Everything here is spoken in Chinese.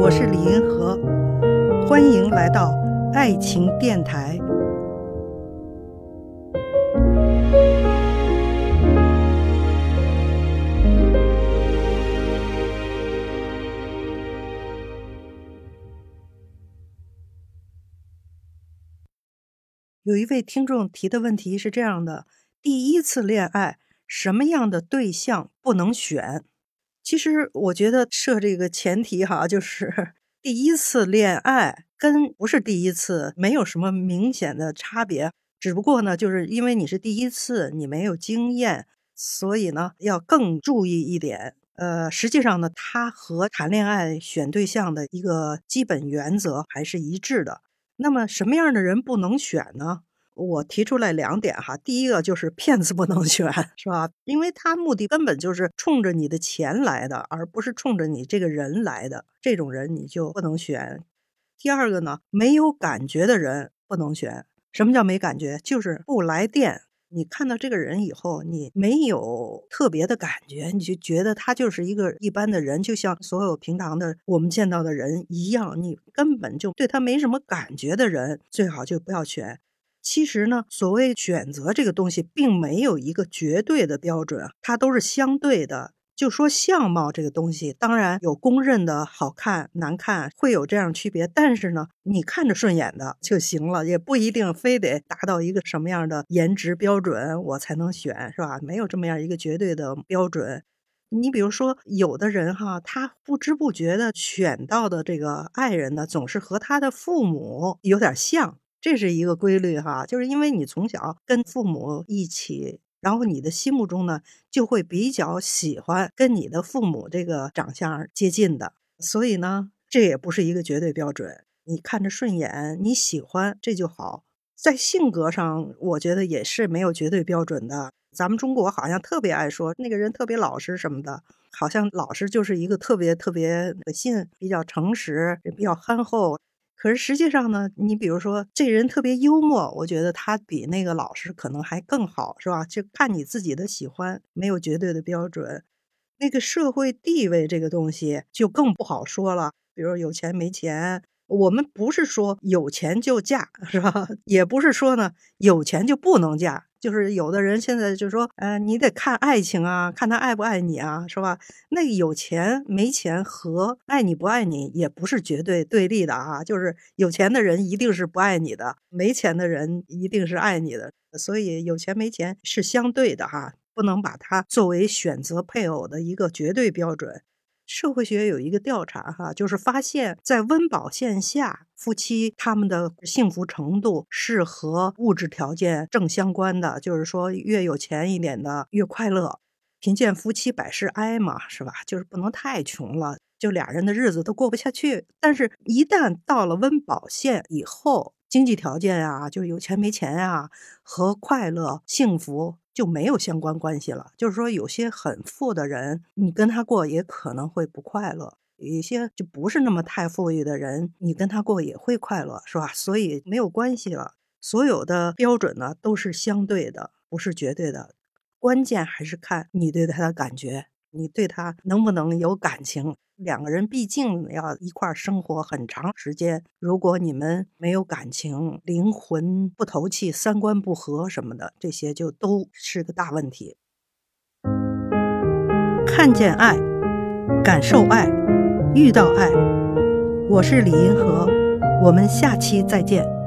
我是李银河，欢迎来到爱情电台。有一位听众提的问题是这样的：第一次恋爱，什么样的对象不能选？其实我觉得设这个前提就是第一次恋爱跟不是第一次没有什么明显的差别，只不过呢，就是因为你是第一次，你没有经验，所以呢要更注意一点。实际上呢，它和谈恋爱选对象的一个基本原则还是一致的。那么什么样的人不能选呢？我提出来2点哈。第一个就是骗子不能选，是吧？因为他目的根本就是冲着你的钱来的，而不是冲着你这个人来的，这种人你就不能选。第二个呢，没有感觉的人不能选。什么叫没感觉？就是不来电。你看到这个人以后，你没有特别的感觉，你就觉得他就是一个一般的人，就像所有平常的我们见到的人一样，你根本就对他没什么感觉的人，最好就不要选。其实呢，所谓选择这个东西并没有一个绝对的标准，它都是相对的。就说相貌这个东西，当然有公认的好看难看，会有这样区别，但是呢，你看着顺眼的就行了，也不一定非得达到一个什么样的颜值标准我才能选，是吧？没有这么样一个绝对的标准。你比如说有的人他不知不觉的选到的这个爱人呢，总是和他的父母有点像，这是一个规律就是因为你从小跟父母一起，然后你的心目中呢就会比较喜欢跟你的父母这个长相接近的，所以呢这也不是一个绝对标准，你看着顺眼你喜欢这就好。在性格上我觉得也是没有绝对标准的，咱们中国好像特别爱说那个人特别老实什么的，好像老实就是一个特别可信，比较诚实，比较憨厚。可是实际上呢，你比如说这人特别幽默，我觉得他比那个老实可能还更好，是吧？就看你自己的喜欢，没有绝对的标准。那个社会地位这个东西就更不好说了，比如有钱没钱，我们不是说有钱就嫁，是吧？也不是说呢有钱就不能嫁，就是有的人现在就说，你得看爱情啊，看他爱不爱你啊，是吧？那有钱没钱和爱你不爱你也不是绝对对立的就是有钱的人一定是不爱你的，没钱的人一定是爱你的，所以有钱没钱是相对的不能把它作为选择配偶的一个绝对标准。社会学有一个调查就是发现在温饱线下，夫妻他们的幸福程度是和物质条件正相关的，就是说越有钱一点的越快乐。贫贱夫妻百事哀嘛，是吧？就是不能太穷了，就俩人的日子都过不下去。但是一旦到了温饱线以后，经济条件就是有钱没钱和快乐幸福就没有相关关系了。就是说有些很富的人，你跟他过也可能会不快乐，有一些就不是那么太富裕的人，你跟他过也会快乐，是吧？所以没有关系了。所有的标准呢都是相对的，不是绝对的。关键还是看你对他的感觉，你对他能不能有感情。两个人毕竟要一块生活很长时间，如果你们没有感情，灵魂不投契，三观不合什么的，这些就都是个大问题。看见爱，感受爱，遇到爱。我是李银河，我们下期再见。